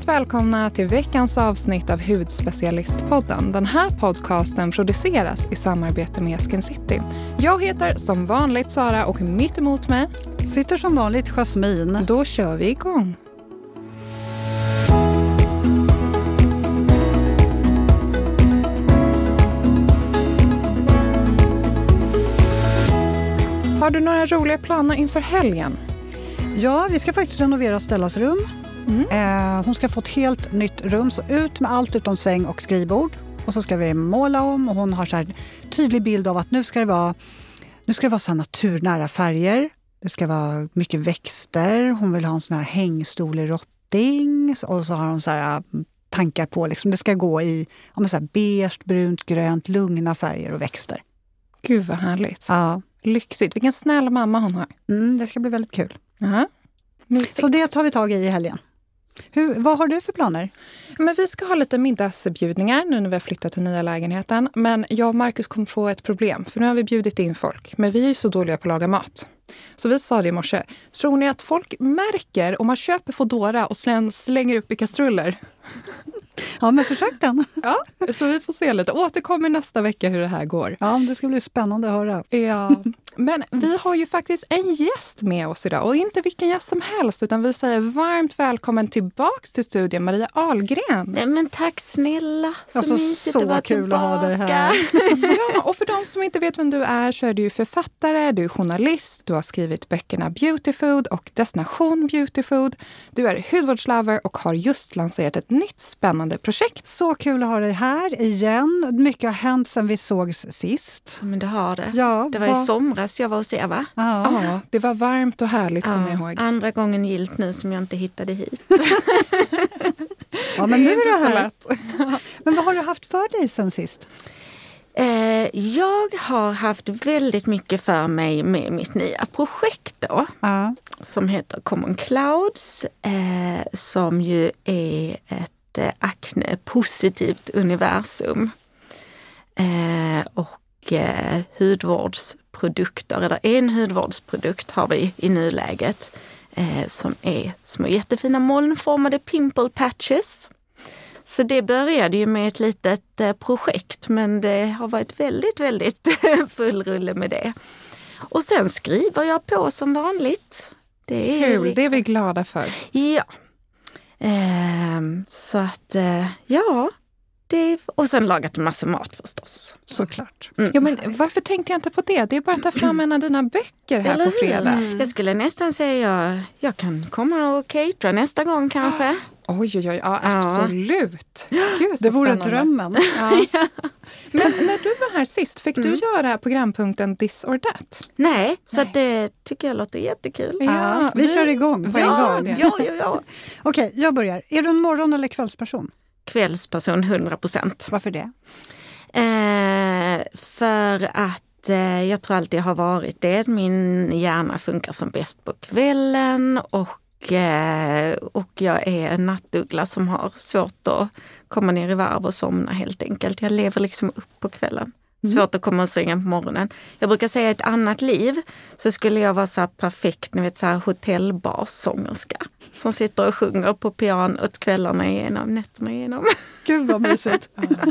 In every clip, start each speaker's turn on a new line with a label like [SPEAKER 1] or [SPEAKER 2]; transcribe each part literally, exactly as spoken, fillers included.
[SPEAKER 1] Varmt välkomna till veckans avsnitt av Hudspecialistpodden. Den här podcasten produceras i samarbete med Skin City. Jag heter som vanligt Sara och mitt emot mig
[SPEAKER 2] sitter som vanligt Jasmin.
[SPEAKER 1] Då kör vi igång. Har du några roliga planer inför helgen?
[SPEAKER 2] Ja, vi ska faktiskt renovera Stellas rum. Mm. Eh, hon ska få ett helt nytt rum, så ut med allt utom säng och skrivbord. Och så ska vi måla om, och hon har så här tydlig bild av att nu ska det vara, nu ska det vara så här naturnära färger. Det ska vara mycket växter. Hon vill ha en sån här hängstol i rotting. Och så har hon så här tankar på, liksom, det ska gå i ja, så här beige, brunt, grönt, lugna färger och växter.
[SPEAKER 1] Gud vad härligt.
[SPEAKER 2] Ja.
[SPEAKER 1] Lyxigt. Vilken snäll mamma hon har.
[SPEAKER 2] Mm, det ska bli väldigt kul.
[SPEAKER 1] Uh-huh.
[SPEAKER 2] Så det tar vi tag i i helgen. Hur, vad har du för planer?
[SPEAKER 1] Men vi ska ha lite middagsbjudningar nu när vi har flyttat till nya lägenheten. Men jag och Marcus kom på ett problem. För nu har vi bjudit in folk. Men vi är ju så dåliga på att laga mat. Så vi sa det i morse. Tror ni att folk märker om man köper Foodora och sen slänger upp i kastruller?
[SPEAKER 2] Ja, men försök den.
[SPEAKER 1] Ja, så vi får se lite. Återkommer nästa vecka hur det här går.
[SPEAKER 2] Ja, det ska bli spännande att höra.
[SPEAKER 1] Ja, men vi har ju faktiskt en gäst med oss idag. Och inte vilken gäst som helst, utan vi säger varmt välkommen tillbaks till studion, Maria Ahlgren.
[SPEAKER 3] Nej, men tack snälla. Så,
[SPEAKER 2] alltså, så kul tillbaka. Att ha dig här.
[SPEAKER 1] Ja, och för de som inte vet vem du är så är du ju författare, du är journalist, du har skrivit böckerna Beauty Food och Destination Beauty Food. Du är hudvårdslover och har just lanserat ett nytt spännande projekt.
[SPEAKER 2] Så kul att ha dig här igen. Mycket har hänt sedan vi sågs sist.
[SPEAKER 3] Ja, men det har det.
[SPEAKER 2] Ja,
[SPEAKER 3] det var
[SPEAKER 2] vad...
[SPEAKER 3] i somras jag var hos er, va?
[SPEAKER 1] Ja, ja, det var varmt och härligt,
[SPEAKER 3] ja,
[SPEAKER 1] kommer jag ihåg.
[SPEAKER 3] Andra gången gilt nu som jag inte hittade hit.
[SPEAKER 2] Ja, men nu är det här. Men vad har du haft för dig sen sist?
[SPEAKER 3] Eh, jag har haft väldigt mycket för mig med mitt nya projekt då.
[SPEAKER 2] Ja.
[SPEAKER 3] Som heter Common Clouds. Eh, som ju är ett eh, akne-positivt universum. Eh, och eh, hudvårdsprodukter, eller en hudvårdsprodukt har vi i nuläget. Eh, som är små jättefina molnformade pimple patches. Så det började ju med ett litet eh, projekt, men det har varit väldigt, väldigt full rulle med det. Och sen skriver jag på som vanligt. Det är
[SPEAKER 1] kul,
[SPEAKER 3] liksom...
[SPEAKER 1] det är vi glada för.
[SPEAKER 3] Ja. Eh, så att, eh, ja. Det... Och sen lagat en massa mat förstås.
[SPEAKER 2] Såklart.
[SPEAKER 1] Mm. Ja, men varför tänkte jag inte på det? Det är bara att ta fram en av dina böcker här. Eller på fredag.
[SPEAKER 3] Mm. Jag skulle nästan säga jag, jag kan komma och catera nästa gång kanske.
[SPEAKER 1] Oj, oj, oj. Ja, absolut.
[SPEAKER 3] Ja.
[SPEAKER 1] Gud, så
[SPEAKER 2] det vore
[SPEAKER 1] spännande.
[SPEAKER 2] drömmen.
[SPEAKER 3] Ja.
[SPEAKER 1] Ja. Men när du var här sist, fick
[SPEAKER 3] mm.
[SPEAKER 1] du göra programpunkten This or That?
[SPEAKER 3] Nej, så
[SPEAKER 1] Nej.
[SPEAKER 3] Att det tycker jag låter jättekul.
[SPEAKER 2] Ja, ja, vi, vi kör igång på
[SPEAKER 3] ja,
[SPEAKER 2] en gång.
[SPEAKER 3] Ja, ja, ja.
[SPEAKER 2] Okej, jag börjar. Är du en morgon- eller kvällsperson?
[SPEAKER 3] Kvällsperson, hundra procent.
[SPEAKER 2] Varför det?
[SPEAKER 3] Eh, för att eh, jag tror alltid har varit det. Min hjärna funkar som bäst på kvällen och, eh, och jag är en nattuggla som har svårt att komma ner i varv och somna helt enkelt. Jag lever liksom upp på kvällen. Svårt att komma och svänga på morgonen. Jag brukar säga ett annat liv så skulle jag vara så här perfekt, ni vet så här hotellbarsångerska som sitter och sjunger på pianot kvällarna igenom, nätterna igenom.
[SPEAKER 2] Gud vad mysigt.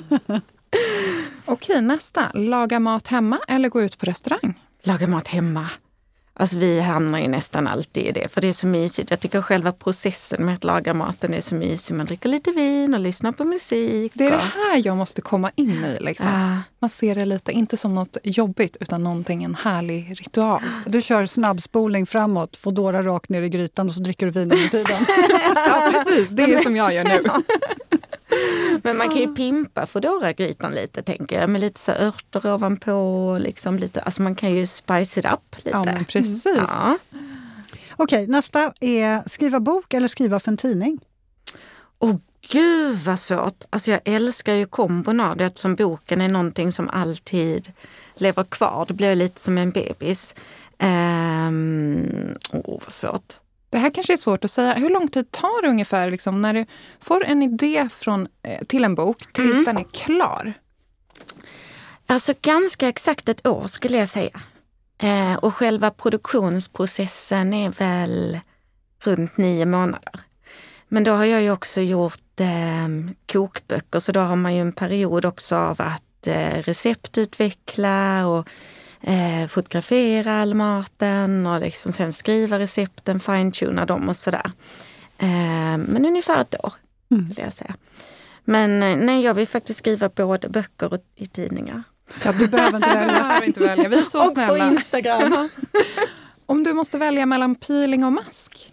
[SPEAKER 1] Okej, nästa. Laga mat hemma eller gå ut på restaurang?
[SPEAKER 3] Laga mat hemma. Alltså vi hamnar ju nästan alltid i det, för det är så mysigt. Jag tycker själva processen med att laga maten är så mysig. Man dricker lite vin och lyssnar på musik.
[SPEAKER 1] Det är
[SPEAKER 3] och...
[SPEAKER 1] det här jag måste komma in i. Liksom.
[SPEAKER 3] Ah.
[SPEAKER 1] Man ser det lite, inte som något jobbigt utan någonting, en härlig ritual.
[SPEAKER 2] Du kör snabbspolning framåt, Foodora rakt ner i grytan och så dricker du vin under tiden.
[SPEAKER 1] Ja, precis. Det är som jag gör nu.
[SPEAKER 3] Men man kan ju pimpa Foodora-grytan lite, tänker jag. Med lite så örter ovanpå. Liksom lite, alltså man kan ju spice it up lite.
[SPEAKER 1] Ja, men precis.
[SPEAKER 3] Mm. Ja.
[SPEAKER 2] Okej, nästa är skriva bok eller skriva för en tidning?
[SPEAKER 3] Åh gud vad svårt. Alltså jag älskar ju kombon av det, eftersom boken är någonting som alltid lever kvar. Det blir lite som en bebis. Åh, um, oh, vad svårt.
[SPEAKER 1] Det här kanske är svårt att säga. Hur lång tid tar det ungefär liksom, när du får en idé från, eh, till en bok tills mm. den är klar?
[SPEAKER 3] Alltså ganska exakt ett år skulle jag säga. Eh, och själva produktionsprocessen är väl runt nio månader. Men då har jag ju också gjort eh, kokböcker, så då har man ju en period också av att eh, receptutveckla och eh, fotografera all maten och liksom sen skriva recepten, fine-tuna dem och sådär. Eh, men ungefär ett år, mm. vill jag säga. Men nej, jag vill faktiskt skriva både böcker och i tidningar.
[SPEAKER 2] Ja, du behöver inte välja.
[SPEAKER 1] behöver inte välja. Vi är så
[SPEAKER 3] och
[SPEAKER 1] snälla.
[SPEAKER 3] på Instagram.
[SPEAKER 1] Om du måste välja mellan peeling och mask?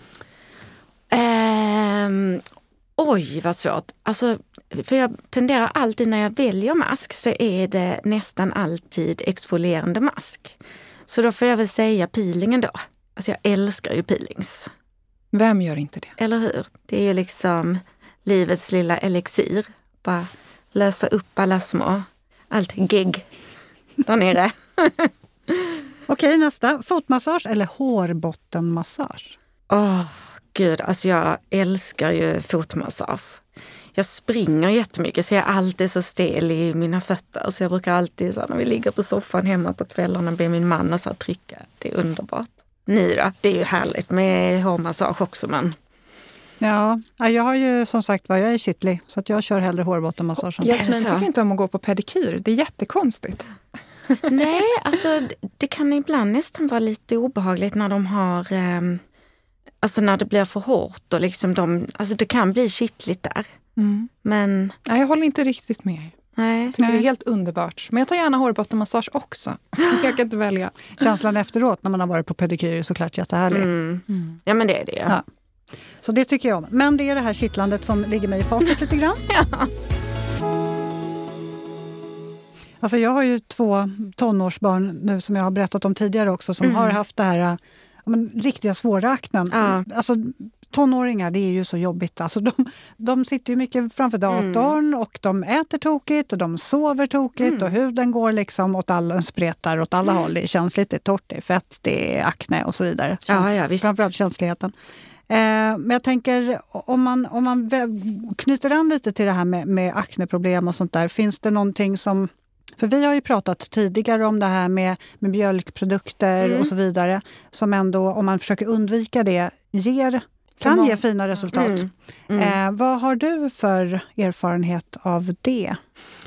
[SPEAKER 3] Um, oj, vad svårt. Alltså, för jag tenderar alltid när jag väljer mask så är det nästan alltid exfolierande mask. Så då får jag väl säga peelingen då. Alltså jag älskar ju peelings.
[SPEAKER 1] Vem gör inte det?
[SPEAKER 3] Eller hur? Det är ju liksom livets lilla elixir. Bara lösa upp alla små, allt gegg där nere.
[SPEAKER 2] Okej, nästa. Fotmassage eller hårbottenmassage?
[SPEAKER 3] Åh, oh, gud. Alltså jag älskar ju fotmassage. Jag springer jättemycket så jag är alltid så stel i mina fötter. Så jag brukar alltid, så här, när vi ligger på soffan hemma på kvällarna, be min man och så här, trycka. Det är underbart. Ni då? Det är ju härligt med hårmassage också, men...
[SPEAKER 2] Ja, jag har ju som sagt vad jag är kittlig så att jag kör hellre hårbottenmassage.
[SPEAKER 1] Jasmin tycker inte om att gå på pedikyr. Det är jättekonstigt.
[SPEAKER 3] Nej, alltså det kan ibland nästan vara lite obehagligt när de har, eh, alltså när det blir för hårt och liksom de, alltså det kan bli kittligt där.
[SPEAKER 1] Mm.
[SPEAKER 3] Men...
[SPEAKER 1] Nej, jag håller inte riktigt med.
[SPEAKER 3] Nej.
[SPEAKER 1] Jag tycker det är helt underbart. Men jag tar gärna hårbottenmassage också. Jag kan inte välja.
[SPEAKER 2] Känslan efteråt när man har varit på pedikyr är såklart jättehärlig.
[SPEAKER 3] Mm. Mm. Ja, men det är det. Ja.
[SPEAKER 2] Ja. Så det tycker jag om. Men det är det här kittlandet som ligger mig i fatet lite grann.
[SPEAKER 3] Ja.
[SPEAKER 2] Alltså jag har ju två tonårsbarn nu som jag har berättat om tidigare också som mm. har haft det här ja, men, riktiga svåra aknen. Ja. Alltså tonåringar, det är ju så jobbigt. Alltså, de, de sitter ju mycket framför datorn mm. och de äter tokigt och de sover tokigt mm. och huden går liksom åt alla, spretar åt alla mm. håll. Det är känsligt, det är torrt, det är fett, det är akne och så vidare. Käns-
[SPEAKER 3] ja, ja, visst.
[SPEAKER 2] Framförallt känsligheten. Eh, men jag tänker, om man, om man knyter an lite till det här med, med akneproblem och sånt där, finns det någonting som... För vi har ju pratat tidigare om det här med, med mjölkprodukter mm. och så vidare, som ändå, om man försöker undvika det, ger, kan man, ge fina resultat. Mm. Mm. Eh, vad har du för erfarenhet av det?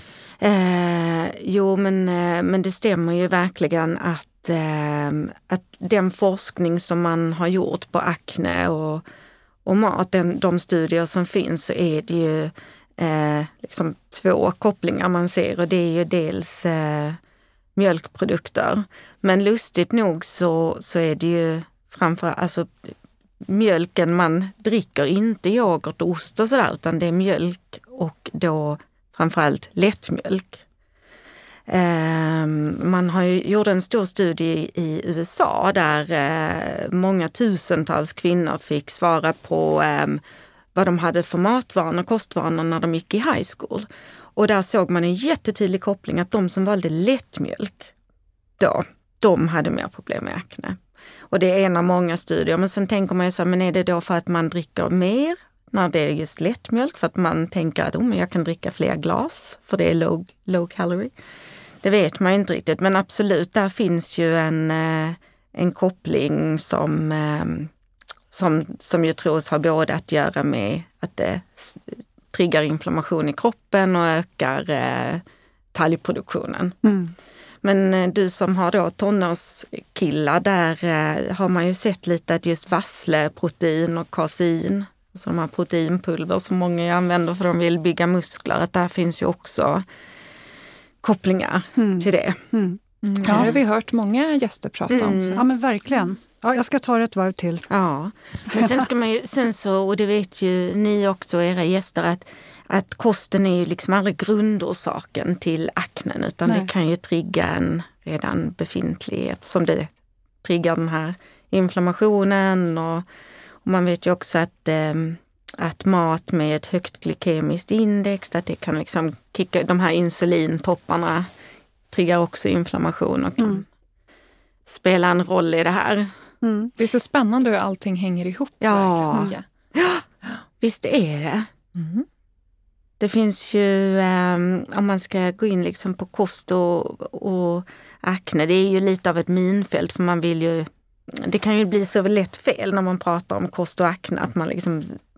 [SPEAKER 3] Eh, jo, men, eh, men det stämmer ju verkligen att, eh, att den forskning som man har gjort på akne och, och mat, den, de studier som finns, så är det ju Eh, liksom två kopplingar man ser, och det är ju dels eh, mjölkprodukter. Men lustigt nog så, så är det ju framför alltså mjölken man dricker, inte yoghurt och ost och sådär, utan det är mjölk och då framförallt lättmjölk. Eh, man har ju gjort en stor studie i U S A där eh, många tusentals kvinnor fick svara på eh, vad de hade för matvanor, kostvanor när de gick i high school. Och där såg man en jättetydlig koppling att de som valde lättmjölk, då, de hade mer problem med akne. Och det är en av många studier. Men sen tänker man ju så här, men är det då för att man dricker mer när det är just lättmjölk? För att man tänker att oh, men jag kan dricka fler glas, för det är low, low calorie. Det vet man inte riktigt. Men absolut, där finns ju en, en koppling som... Som, som ju tros ha både att göra med att det triggar inflammation i kroppen och ökar eh, talgproduktionen. Mm. Men eh, du som har då tonårskillar, där eh, har man ju sett lite att just vassleprotein och kasein, alltså de här proteinpulver som många använder för de vill bygga muskler, att där finns ju också kopplingar mm. till det.
[SPEAKER 1] Mm. Mm. Ja, det har vi hört många gäster prata mm. om. Så.
[SPEAKER 2] Ja, men verkligen. Ja, jag ska ta det ett varv till.
[SPEAKER 3] Ja, men sen ska man ju, sen så, och det vet ju ni också, era gäster, att, att kosten är ju liksom aldrig grundorsaken till aknen, utan Nej. det kan ju trigga en redan befintlig, eftersom det triggar den här inflammationen, och, och man vet ju också att, eh, att mat med ett högt glykemiskt index, att det kan liksom kicka, de här insulintopparna triggar också inflammation och kan mm. spela en roll i det här.
[SPEAKER 1] Mm. Det är så spännande hur allting hänger ihop.
[SPEAKER 3] Ja, ja. Visst är det. Mm. Det finns ju, um, om man ska gå in liksom på kost och, och akne, det är ju lite av ett minfält, för man vill ju, det kan ju bli så lätt fel när man pratar om kost och akne, att man liksom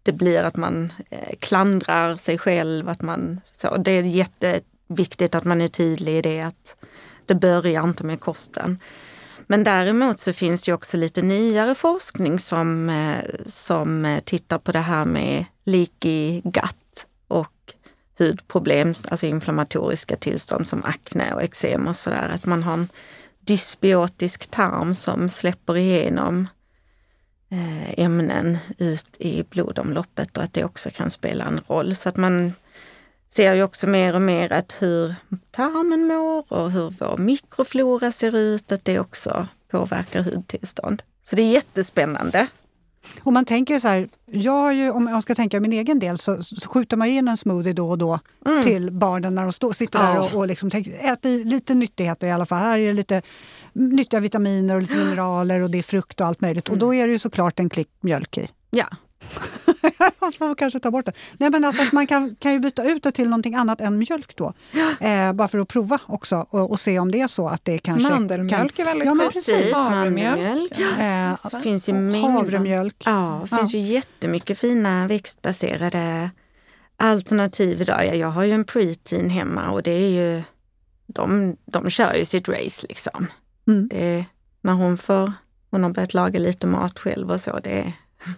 [SPEAKER 3] det blir att man eh, klandrar sig själv. Att man, så, det är jätteviktigt att man är tydlig i det, att det börjar inte med kosten. Men däremot så finns det ju också lite nyare forskning som, eh, som tittar på det här med leaky gut och hudproblem, alltså inflammatoriska tillstånd som akne och eksem och sådär. Att man har en dysbiotisk tarm som släpper igenom eh, ämnen ut i blodomloppet och att det också kan spela en roll. Så att man ser ju också mer och mer att hur tarmen mår och hur vår mikroflora ser ut, att det också påverkar hudtillstånd. Så det är jättespännande.
[SPEAKER 2] Och man tänker så här, jag har ju, om jag ska tänka min egen del så, så skjuter man in en smoothie då och då mm. till barnen när de stå, sitter där och, och liksom tänker, äter lite nyttigheter i alla fall. Här är det lite nyttiga vitaminer och lite mineraler och det är frukt och allt möjligt. Mm. Och då är det ju såklart en klick mjölk i.
[SPEAKER 3] Ja.
[SPEAKER 2] Jag får kanske ta bort det. Nej, men alltså att man kan, kan ju byta ut det till någonting annat än mjölk då. Eh, bara för att prova också och, och se om det är så att det kanske...
[SPEAKER 1] Mandelmjölk
[SPEAKER 2] kan,
[SPEAKER 1] är väldigt
[SPEAKER 2] ja,
[SPEAKER 1] men
[SPEAKER 3] precis.
[SPEAKER 1] Havremjölk.
[SPEAKER 3] Eh, det finns ju
[SPEAKER 2] havremjölk.
[SPEAKER 3] Ja, det finns ja. ju jättemycket fina växtbaserade alternativ idag. Jag har ju en preteen hemma och det är ju... De, de kör ju sitt race liksom. Mm. Det, när hon får... Hon har börjat laga lite mat själv och så. Det är...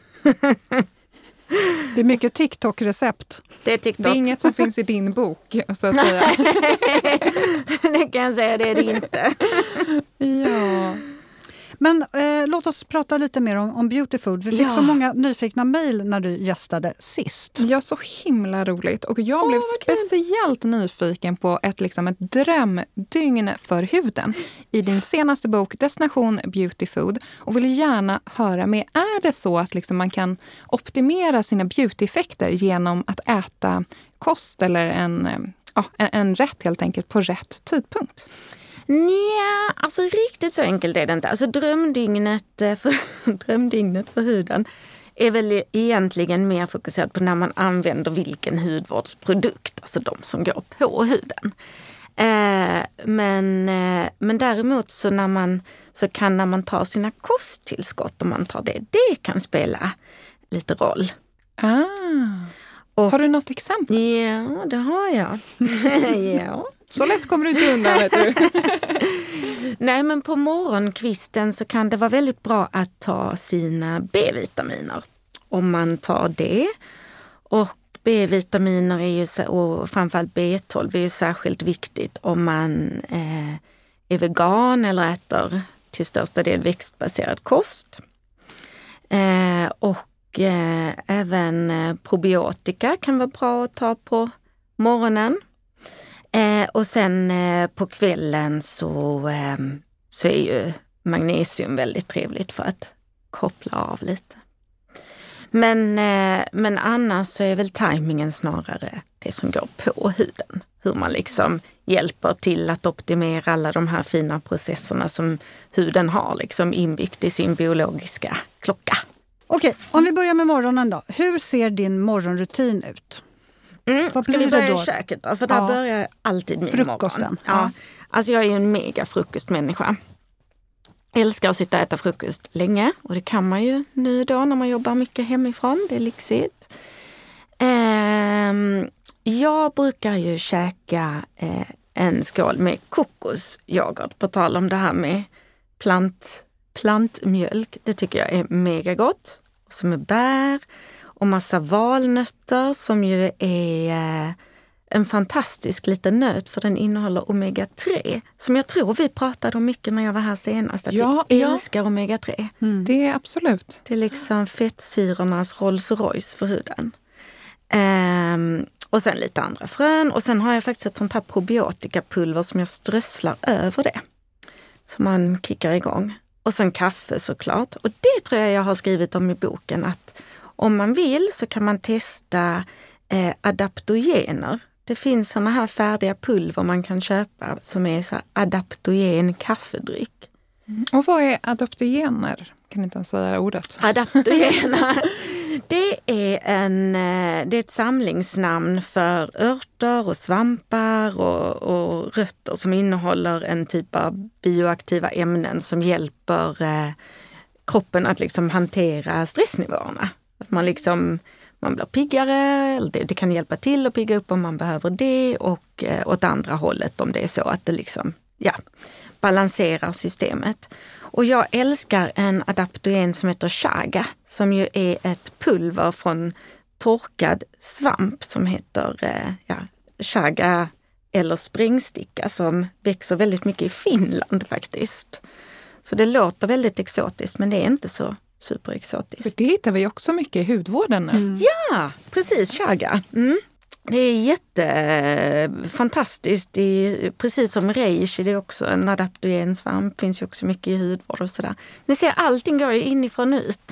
[SPEAKER 2] Det är mycket TikTok-recept.
[SPEAKER 3] Det är TikTok.
[SPEAKER 1] Det är inget som finns i din bok, så att säga.
[SPEAKER 3] Det kan jag säga, det är det inte.
[SPEAKER 2] Ja. Men eh, låt oss prata lite mer om, om beauty food. Vi fick ja. så många nyfikna mejl när du gästade sist.
[SPEAKER 1] Ja, så himla roligt. Och jag oh, blev speciellt nyfiken på ett, liksom, ett drömdygn för huden i din senaste bok Destination Beauty Food. Och vill gärna höra med, är det så att liksom, man kan optimera sina beauty-effekter genom att äta kost eller en, ja, en, en rätt helt enkelt på rätt tidpunkt?
[SPEAKER 3] Nej, alltså riktigt så enkelt är det inte. Alltså drömdygnet för, drömdygnet för huden är väl egentligen mer fokuserat på när man använder vilken hudvårdsprodukt, alltså de som går på huden. Eh, men, eh, men däremot så, när man, så kan när man tar sina kosttillskott, om man tar det, det kan spela lite roll.
[SPEAKER 1] Ah. Och, har du något exempel?
[SPEAKER 3] Ja, det har jag. Ja.
[SPEAKER 1] Så lätt kommer du inte undan, vet du.
[SPEAKER 3] Nej, men på morgonkvisten så kan det vara väldigt bra att ta sina B-vitaminer. Om man tar det. Och B-vitaminer är ju, och framförallt B tolv är ju särskilt viktigt om man eh, är vegan eller äter till största del växtbaserad kost. Eh, och eh, även eh, probiotika kan vara bra att ta på morgonen. Eh, och sen eh, på kvällen så, eh, så är ju magnesium väldigt trevligt för att koppla av lite. Men, eh, men annars så är väl tajmingen snarare det som går på huden. Hur man liksom hjälper till att optimera alla de här fina processerna som huden har liksom inbyggt i sin biologiska klocka.
[SPEAKER 2] Okej, om vi börjar med morgonen då. Hur ser din morgonrutin ut?
[SPEAKER 3] Mm. Ska vi börja i köket då? För där ja. börjar alltid min
[SPEAKER 2] frukosten.
[SPEAKER 3] morgon. Ja. Alltså jag är ju en mega frukostmänniska. Jag älskar att sitta och äta frukost länge. Och det kan man ju nu då när man jobbar mycket hemifrån. Det är lyxigt. Um, jag brukar ju käka eh, en skål med kokosyoghurt. På tal om det här med plant, plantmjölk. Det tycker jag är mega gott. Och så med bär. Och massa valnötter som ju är en fantastisk liten nöt för den innehåller omega tre. Som jag tror vi pratade om mycket när jag var här senast. Att
[SPEAKER 1] ja,
[SPEAKER 3] jag älskar ja. omega tre.
[SPEAKER 1] Mm. Det är absolut.
[SPEAKER 3] Det är liksom fettsyrornas Rolls Royce för huden. Um, och sen lite andra frön. Och sen har jag faktiskt ett sånt här probiotikapulver som jag strösslar över det. Så man kickar igång. Och sen kaffe såklart. Och det tror jag jag har skrivit om i boken att om man vill så kan man testa eh, adaptogener. Det finns såna här färdiga pulver man kan köpa som är så adaptogen kaffedryck.
[SPEAKER 1] Mm. Och vad är adaptogener? Kan inte ens säga det ordet.
[SPEAKER 3] Adaptogener, det är, en, det är ett samlingsnamn för örter och svampar och, och rötter som innehåller en typ av bioaktiva ämnen som hjälper eh, kroppen att liksom hantera stressnivåerna. att man liksom man blir piggare, eller det, det kan hjälpa till att pigga upp om man behöver det, och eh, åt andra hållet om det är så att det liksom, ja, balanserar systemet. Och jag älskar en adaptogen som heter chaga, som ju är ett pulver från torkad svamp som heter eh, ja, chaga eller sprängsticka, som växer väldigt mycket i Finland faktiskt. Så det låter väldigt exotiskt, men det är inte så superexotiskt.
[SPEAKER 1] För det hittar vi också mycket i hudvården nu.
[SPEAKER 3] Mm. Ja, precis, chaga. Mm. Det är jättefantastiskt. Det är, precis som reishi, det är också en adaptogen svamp. Finns ju också mycket i hudvård och sådär. Ni ser, allting går ju inifrån ut.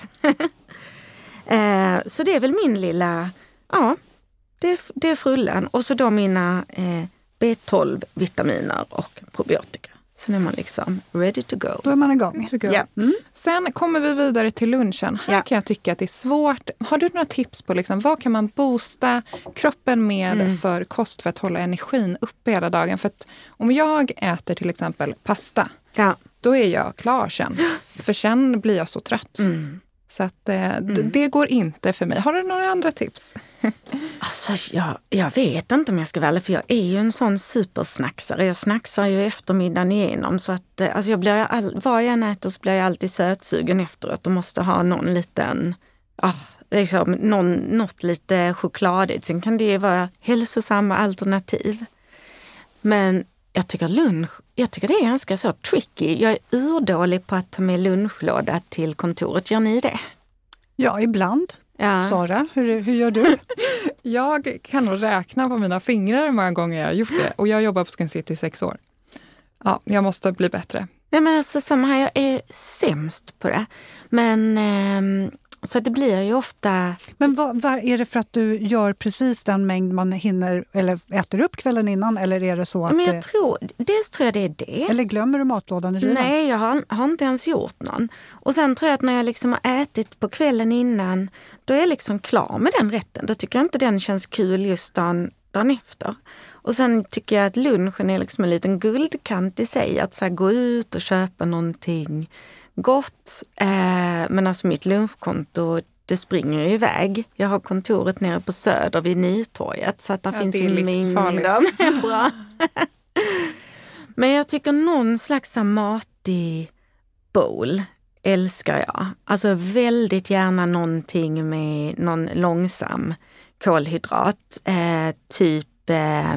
[SPEAKER 3] eh, så det är väl min lilla, ja, det är, det är frullen. Och så då mina eh, B tolv-vitaminer och probiotika. Sen är man liksom ready to go.
[SPEAKER 2] Då är man igång.
[SPEAKER 3] Ja.
[SPEAKER 1] Mm. Sen kommer vi vidare till lunchen. Här
[SPEAKER 3] ja.
[SPEAKER 1] kan jag tycka att det är svårt. Har du några tips på liksom, vad kan man boosta kroppen med mm. för kost för att hålla energin uppe hela dagen? För att om jag äter till exempel pasta,
[SPEAKER 3] ja.
[SPEAKER 1] då är jag klar sen. För sen blir jag så trött. Mm. Så att eh, mm. d- det går inte för mig. Har du några andra tips?
[SPEAKER 3] Alltså jag, jag vet inte om jag ska välja, för jag är ju en sån supersnacksare. Jag snacksar ju eftermiddagen igenom, så att alltså jag blir all, vad jag än äter så blir jag alltid sötsugen efteråt och måste ha någon liten, ah, liksom någon, något lite chokladigt. Sen kan det ju vara hälsosamma alternativ. Men jag tycker lunch, jag tycker det är ganska så tricky. Jag är urdålig på att ta med lunchlåda till kontoret. Gör ni det?
[SPEAKER 2] Ja, ibland.
[SPEAKER 3] Ja.
[SPEAKER 2] Sara, hur, hur gör du?
[SPEAKER 1] Jag kan nog räkna på mina fingrar hur många gånger jag har gjort det. Och jag jobbar på Skin City i sex år. Ja, jag måste bli bättre.
[SPEAKER 3] Nej, men alltså samma här, jag är sämst på det. Men eh, så det blir ju ofta...
[SPEAKER 2] Men vad, vad är det för att du gör precis den mängd man hinner eller äter upp kvällen innan? Eller är det så att...
[SPEAKER 3] Men jag
[SPEAKER 2] det...
[SPEAKER 3] tror, dels tror jag det är det.
[SPEAKER 2] Eller glömmer du matlådan i kylen?
[SPEAKER 3] Nej, jag har, har inte ens gjort någon. Och sen tror jag att när jag liksom har ätit på kvällen innan, då är jag liksom klar med den rätten. Då tycker jag inte den känns kul just dagen, dagen efter. Och sen tycker jag att lunchen är liksom en liten guldkant i sig. Att så här, gå ut och köpa någonting gott. Eh, men alltså mitt lunchkonto, det springer ju iväg. Jag har kontoret nere på Söder vid Nytorget, så att där
[SPEAKER 1] ja,
[SPEAKER 3] finns
[SPEAKER 1] ju
[SPEAKER 3] mängder. Bra. Men jag tycker någon slags matig bowl älskar jag. Alltså väldigt gärna någonting med någon långsam kolhydrat. Eh, typ eh,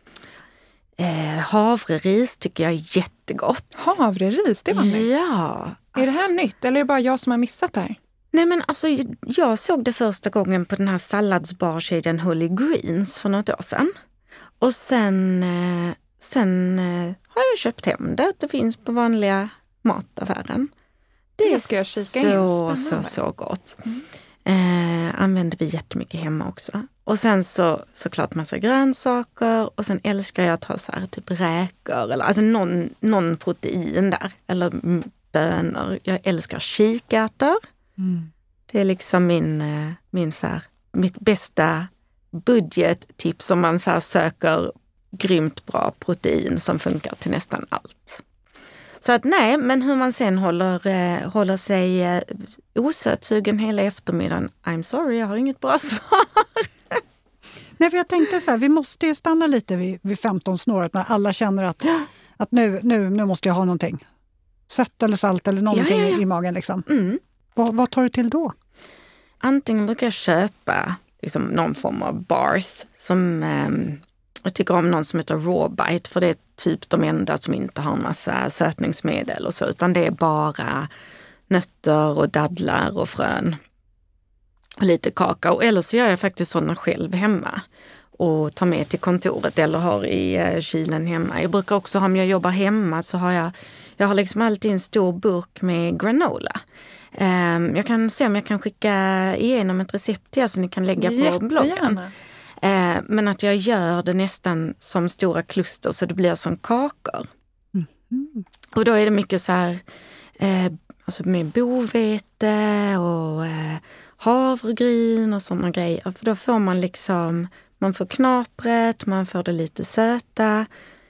[SPEAKER 3] eh, havreris tycker jag är jättegott.
[SPEAKER 1] Havreris, det var nytt.
[SPEAKER 3] Ja.
[SPEAKER 1] Är det här nytt eller är det bara jag som har missat det här?
[SPEAKER 3] Nej, men alltså jag såg det första gången på den här salladsbarkedjan Holy Greens för något år sedan. Och sen, eh, sen eh, har jag köpt hem det. Det finns på vanliga mataffären. Det,
[SPEAKER 1] det ska jag kika
[SPEAKER 3] så,
[SPEAKER 1] in.
[SPEAKER 3] så, så gott. Mm. Eh, använder vi jättemycket hemma också. Och sen så såklart massa grönsaker. Och sen älskar jag att ha så här typ räkor. Eller alltså någon, någon protein där. Eller bönor. Jag älskar kikärtor. Mm. Det är liksom min, min så här, mitt bästa budgettips om man så här söker grymt bra protein som funkar till nästan allt. Så att nej, men hur man sen håller, eh, håller sig eh, osötsugen hela eftermiddagen, I'm sorry, jag har inget bra svar.
[SPEAKER 2] Nej, för jag tänkte så här, vi måste ju stanna lite vid, vid femton-snåret när alla känner att, att nu, nu, nu måste jag ha någonting. Sött eller salt eller någonting ja, ja, ja. i magen liksom. Mm. Vad, vad tar du till då?
[SPEAKER 3] Antingen brukar jag köpa liksom, någon form av bars som... Eh, jag tycker om någon som heter Rawbite, för det är typ de enda som inte har en massa sötningsmedel och så, utan det är bara nötter och dadlar och frön och lite kakao. Eller så gör jag faktiskt sådana själv hemma och tar med till kontoret eller har i eh, kylen hemma. Jag brukar också ha, om jag jobbar hemma så har jag, jag har liksom alltid en stor burk med granola. Um, jag kan se om jag kan skicka igenom ett recept till er så ni kan lägga på bloggen. Eh, men att jag gör det nästan som stora kluster så det blir som kakor. Mm. Och då är det mycket så här eh, alltså med bovete och eh, havregryn och sådana grejer. För då får man liksom, man får knapret, man får det lite söta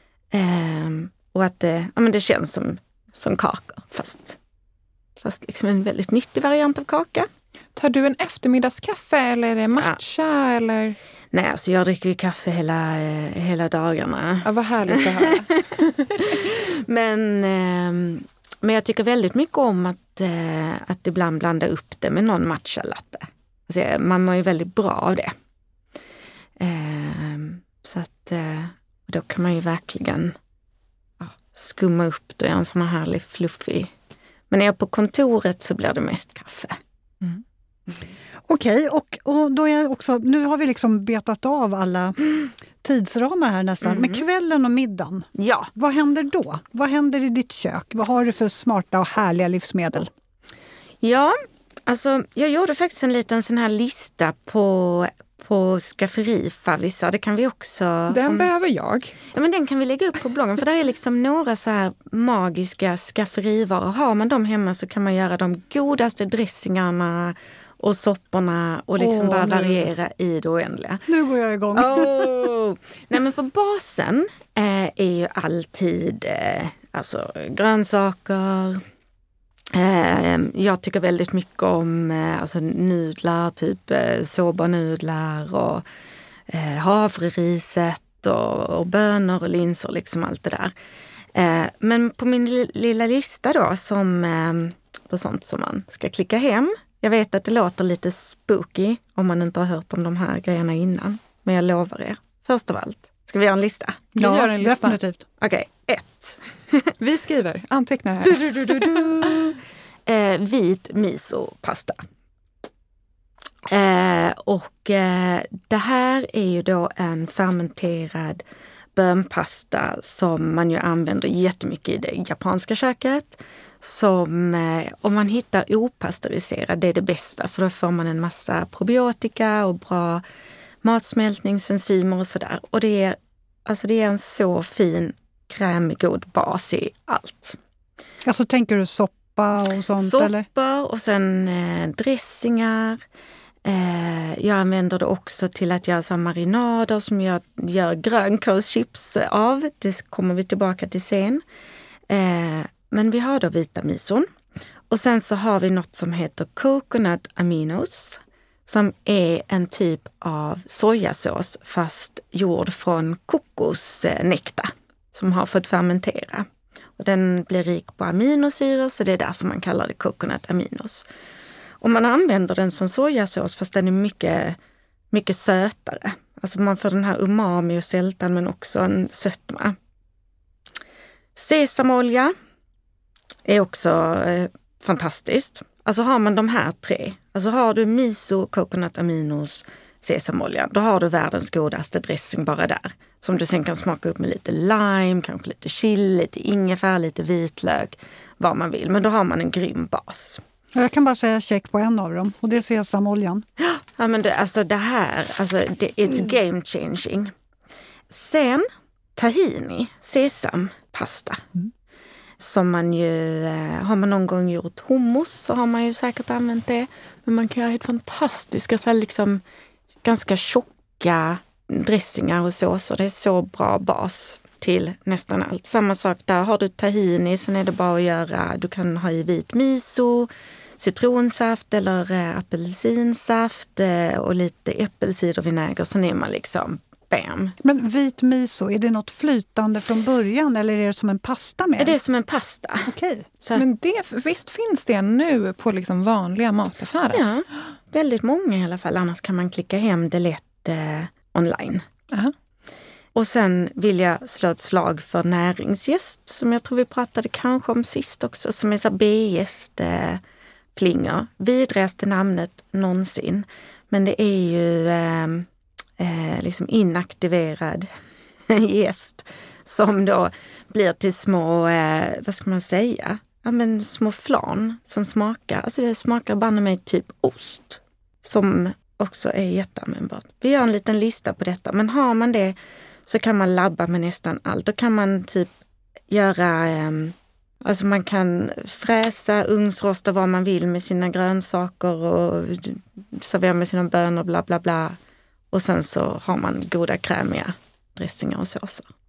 [SPEAKER 3] eh, och att det, ja, men det känns som, som kakor fast, fast liksom en väldigt nyttig variant av kaka.
[SPEAKER 1] Tar du en eftermiddagskaffe eller är det matcha ja. eller?
[SPEAKER 3] Nej, alltså jag dricker ju kaffe hela, hela dagarna.
[SPEAKER 1] Ja, vad härligt att höra.
[SPEAKER 3] men, eh, men jag tycker väldigt mycket om att, eh, att ibland blanda upp det med någon matcha latte. Alltså, man mår ju väldigt bra av det. Eh, så att eh, då kan man ju verkligen ja, skumma upp det i en sån här härlig fluffig. Men när jag är på kontoret så blir det mest kaffe. Mm.
[SPEAKER 2] Okej, och, och då är också, nu har vi liksom betat av alla mm. tidsramar här nästan. Mm. Men kvällen och middagen,
[SPEAKER 3] ja.
[SPEAKER 2] vad händer då? Vad händer i ditt kök? Vad har du för smarta och härliga livsmedel?
[SPEAKER 3] Ja, alltså jag gjorde faktiskt en liten sån här lista på, på skafferifavisar. Det kan vi också...
[SPEAKER 1] Den
[SPEAKER 3] om,
[SPEAKER 1] behöver jag.
[SPEAKER 3] Ja, men den kan vi lägga upp på bloggen. För där är liksom några så här magiska skafferivaror. Har man dem hemma så kan man göra de godaste dressingarna och sopporna och liksom oh, bara nu. variera i det oändliga.
[SPEAKER 2] Nu går jag igång.
[SPEAKER 3] Oh. Nej, men för basen eh, är ju alltid eh, alltså, grönsaker. Eh, jag tycker väldigt mycket om eh, alltså, nudlar, typ eh, sobanudlar och eh, havreriset och, och bönor och linser, liksom allt det där. Eh, men på min li- lilla lista då, som eh, på sånt som man ska klicka hem. Jag vet att det låter lite spooky om man inte har hört om de här grejerna innan. Men jag lovar er, först av allt. Ska vi göra en lista?
[SPEAKER 1] Vi ja, gör en lista.
[SPEAKER 2] Definitivt.
[SPEAKER 3] Okej, okay, ett.
[SPEAKER 1] Vi skriver, antecknar här.
[SPEAKER 3] Du, du, du, du, du. Eh, vit miso-pasta. Eh, och eh, det här är ju då en fermenterad bönpasta som man ju använder jättemycket i det japanska köket. Som eh, om man hittar opastöriserad, det är det bästa, för då får man en massa probiotika och bra matsmältningsenzymer och sådär. Och det är, alltså det är en så fin krämig god bas i allt.
[SPEAKER 2] Alltså tänker du soppa och sånt?
[SPEAKER 3] Soppa
[SPEAKER 2] eller?
[SPEAKER 3] Och sen eh, dressingar. Eh, jag använder det också till att göra så marinader som jag gör grönkålschips av. Det kommer vi tillbaka till sen. Eh, men vi har då vita mison. Och sen så har vi något som heter coconut aminos. Som är en typ av sojasås fast gjord från kokosnektar som har fått fermentera. Och den blir rik på aminosyror, så det är därför man kallar det coconut aminos. Och man använder den som sojasås fast den är mycket, mycket sötare. Alltså man får den här umami och sältan men också en sötma. Sesamolja är också eh, fantastiskt. Alltså har man de här tre, alltså har du miso, coconut aminos, sesamolja, då har du världens godaste dressing bara där. Som du sen kan smaka upp med lite lime, kanske lite chili, lite ingefära, lite vitlök, vad man vill. Men då har man en grym bas.
[SPEAKER 2] Jag kan bara säga check på en av dem och det är sesamoljan.
[SPEAKER 3] Ja, men det, alltså det här, alltså det, it's game changing. Sen tahini, sesampasta. Mm. Som man ju, har man någon gång gjort hummus så har man ju säkert använt det. Men man kan göra ett fantastiska, så här liksom ganska tjocka dressingar och såser. Det är så bra bas till nästan allt. Samma sak där, har du tahini, sen är det bara att göra, du kan ha i vit miso, citronsaft eller äh, apelsinsaft äh, och lite äppelcidervinäger, så är man liksom bam.
[SPEAKER 2] Men vit miso, är det något flytande från början eller är det som en pasta med?
[SPEAKER 3] Det är som en pasta.
[SPEAKER 2] Okej.
[SPEAKER 1] Så att, men det, visst finns det nu på liksom vanliga mataffärer?
[SPEAKER 3] Ja, väldigt många i alla fall. Annars kan man klicka hem det lätt eh, online.
[SPEAKER 1] Aha.
[SPEAKER 3] Och sen vill jag slå ett slag för näringsgäst, som jag tror vi pratade kanske om sist också, som är så B-gäst eh, flingor. Vidrigaste namnet någonsin. Men det är ju eh, eh, liksom inaktiverad gäst som då blir till små, eh, vad ska man säga? Ja, men små flan som smakar, alltså det smakar banne mig typ ost. Som också är jätteanvändbart. Vi gör en liten lista på detta, men har man det så kan man labba med nästan allt. Då kan man typ göra, eh, alltså man kan fräsa, ugnsrosta vad man vill med sina grönsaker och servera med sina bönor, bla bla bla. Och sen så har man goda krämiga dressingar och såser.
[SPEAKER 1] Mm.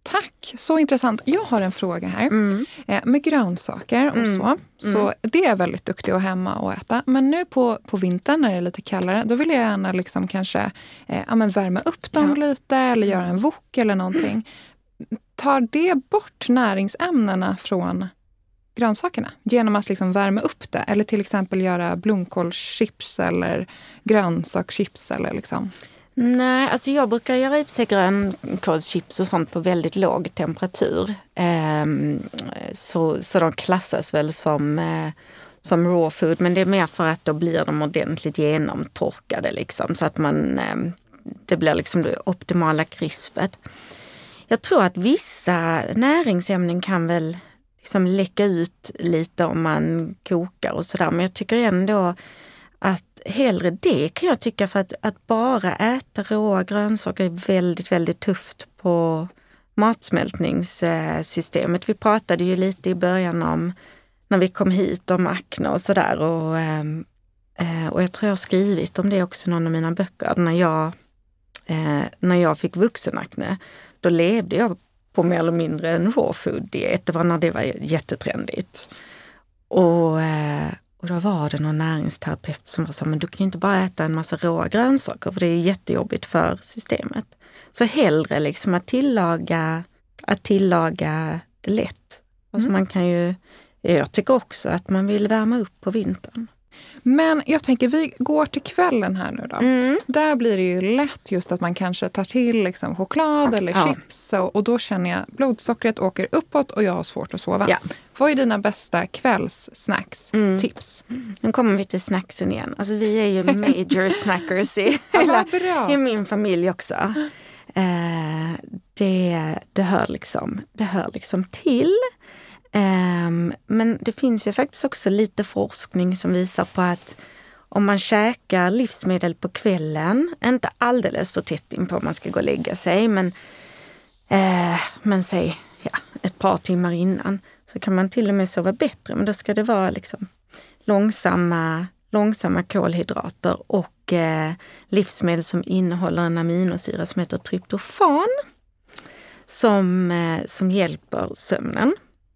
[SPEAKER 1] Tack, så intressant. Jag har en fråga här.
[SPEAKER 3] Mm.
[SPEAKER 1] Eh, med grönsaker och
[SPEAKER 3] Mm.
[SPEAKER 1] så. Så
[SPEAKER 3] Mm.
[SPEAKER 1] det är jag väldigt duktig att hemma och äta. Men nu på, på vintern när det är lite kallare, då vill jag gärna liksom kanske eh, ja, men värma upp dem
[SPEAKER 3] Ja.
[SPEAKER 1] lite eller göra en wok eller någonting. Tar det bort näringsämnena från grönsakerna genom att liksom värma upp det? Eller till exempel göra blomkålschips eller grönsakschips eller liksom...
[SPEAKER 3] Nej, alltså jag brukar göra i och för sig grönkålschips och sånt på väldigt låg temperatur. Ehm, så, så de klassas väl som, eh, som raw food, men det är mer för att då blir de ordentligt genomtorkade liksom, så att man, eh, det blir liksom det optimala krispet. Jag tror att vissa näringsämnen kan väl liksom läcka ut lite om man kokar och sådär, men jag tycker ändå att hellre det kan jag tycka, för att, att bara äta råa grönsaker är väldigt, väldigt tufft på matsmältningssystemet. Vi pratade ju lite i början om när vi kom hit om akne och sådär, och, och jag tror jag har skrivit om det också i någon av mina böcker. När jag, när jag fick vuxenakne, då levde jag på mer eller mindre en raw food-diet. Det var när det var jättetrendigt. Och Och då var det någon näringsterapeut som sa, men du kan ju inte bara äta en massa råa grönsaker, för det är jättejobbigt för systemet. Så hellre liksom att tillaga, att tillaga det lätt. Alltså
[SPEAKER 1] Mm.
[SPEAKER 3] man kan ju, jag tycker också att man vill värma upp på vintern.
[SPEAKER 1] Men jag tänker, vi går till kvällen här nu då.
[SPEAKER 3] Mm.
[SPEAKER 1] Där blir det ju lätt just att man kanske tar till liksom choklad eller
[SPEAKER 3] Ja.
[SPEAKER 1] chips. Och, och då känner jag blodsockret åker uppåt och jag har svårt att sova.
[SPEAKER 3] Ja.
[SPEAKER 1] Vad är dina bästa kvällssnacks,
[SPEAKER 3] Mm.
[SPEAKER 1] tips?
[SPEAKER 3] Nu kommer vi till snacksen igen. Alltså vi är ju major snackers i,
[SPEAKER 1] Ja,
[SPEAKER 3] hela,
[SPEAKER 1] vad bra.
[SPEAKER 3] i min familj också. Eh, det, det, hör liksom, det hör liksom till. Um, men det finns ju faktiskt också lite forskning som visar på att om man käkar livsmedel på kvällen, inte alldeles för tätt in på om man ska gå och lägga sig, men, uh, men säg ja, ett par timmar innan, så kan man till och med sova bättre. Men då ska det vara liksom långsamma, långsamma kolhydrater och uh, livsmedel som innehåller en aminosyra som heter tryptofan, som, uh, som hjälper sömnen.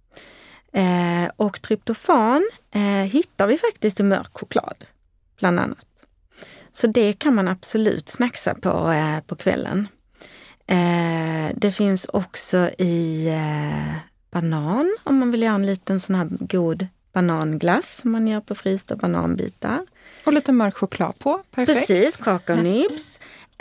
[SPEAKER 3] Eh, och tryptofan eh, hittar vi faktiskt i mörk choklad, bland annat. Så det kan man absolut snacksa på, eh, på kvällen. Eh, det finns också i eh, banan, om man vill göra en liten sån här god bananglass som man gör på frysta bananbitar.
[SPEAKER 1] Och lite mörk choklad på, perfekt.
[SPEAKER 3] Precis, kakaonibs.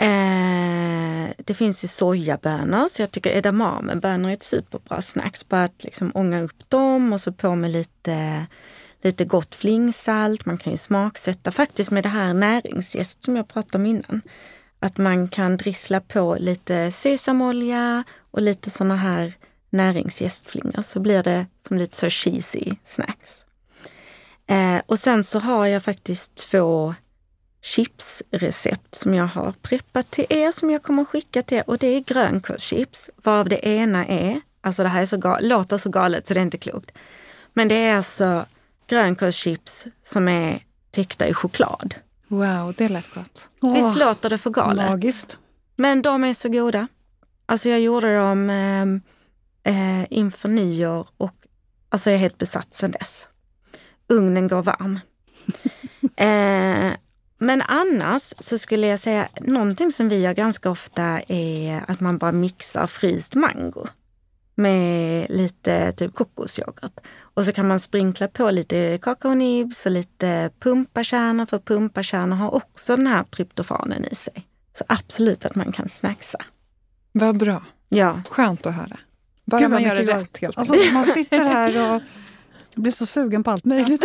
[SPEAKER 3] Eh, det finns ju sojabönor, så jag tycker edamamebönor är ett superbra snacks. Bara att liksom ånga upp dem och så på med lite, lite gott flingsalt. Man kan ju smaksätta faktiskt med det här näringsjäst som jag pratade om innan. Att man kan drissla på lite sesamolja och lite såna här näringsjästflingor, så blir det som lite så cheesy snacks. Eh, och sen så har jag faktiskt två chipsrecept som jag har preppat till er, som jag kommer att skicka till er, och det är grönkålschips. Varav det ena är, alltså det här är så gal- låter så galet så det är inte klokt, men det är alltså grönkålschips som är täckta i choklad.
[SPEAKER 1] Wow, det lät gott.
[SPEAKER 2] Åh,
[SPEAKER 3] Visst låter det för galet?
[SPEAKER 2] magiskt.
[SPEAKER 3] Men de är så goda. Alltså jag gjorde dem eh, eh, inför nyår och alltså jag är helt besatt sedan dess. Ugnen går varm. eh, Men annars så skulle jag säga någonting som vi gör ganska ofta är att man bara mixar fryst mango med lite typ kokosyoghurt. Och så kan man sprinkla på lite kakaonibs och lite pumpakärnor, för pumpakärnor har också den här tryptofanen i sig. Så absolut att man kan snacksa.
[SPEAKER 1] Vad bra.
[SPEAKER 3] Ja.
[SPEAKER 1] Skönt att höra. Bara
[SPEAKER 2] Gud, vad
[SPEAKER 1] man gör det
[SPEAKER 2] mycket
[SPEAKER 1] rätt helt
[SPEAKER 2] Alltså, man sitter här och blir så sugen på allt möjligt.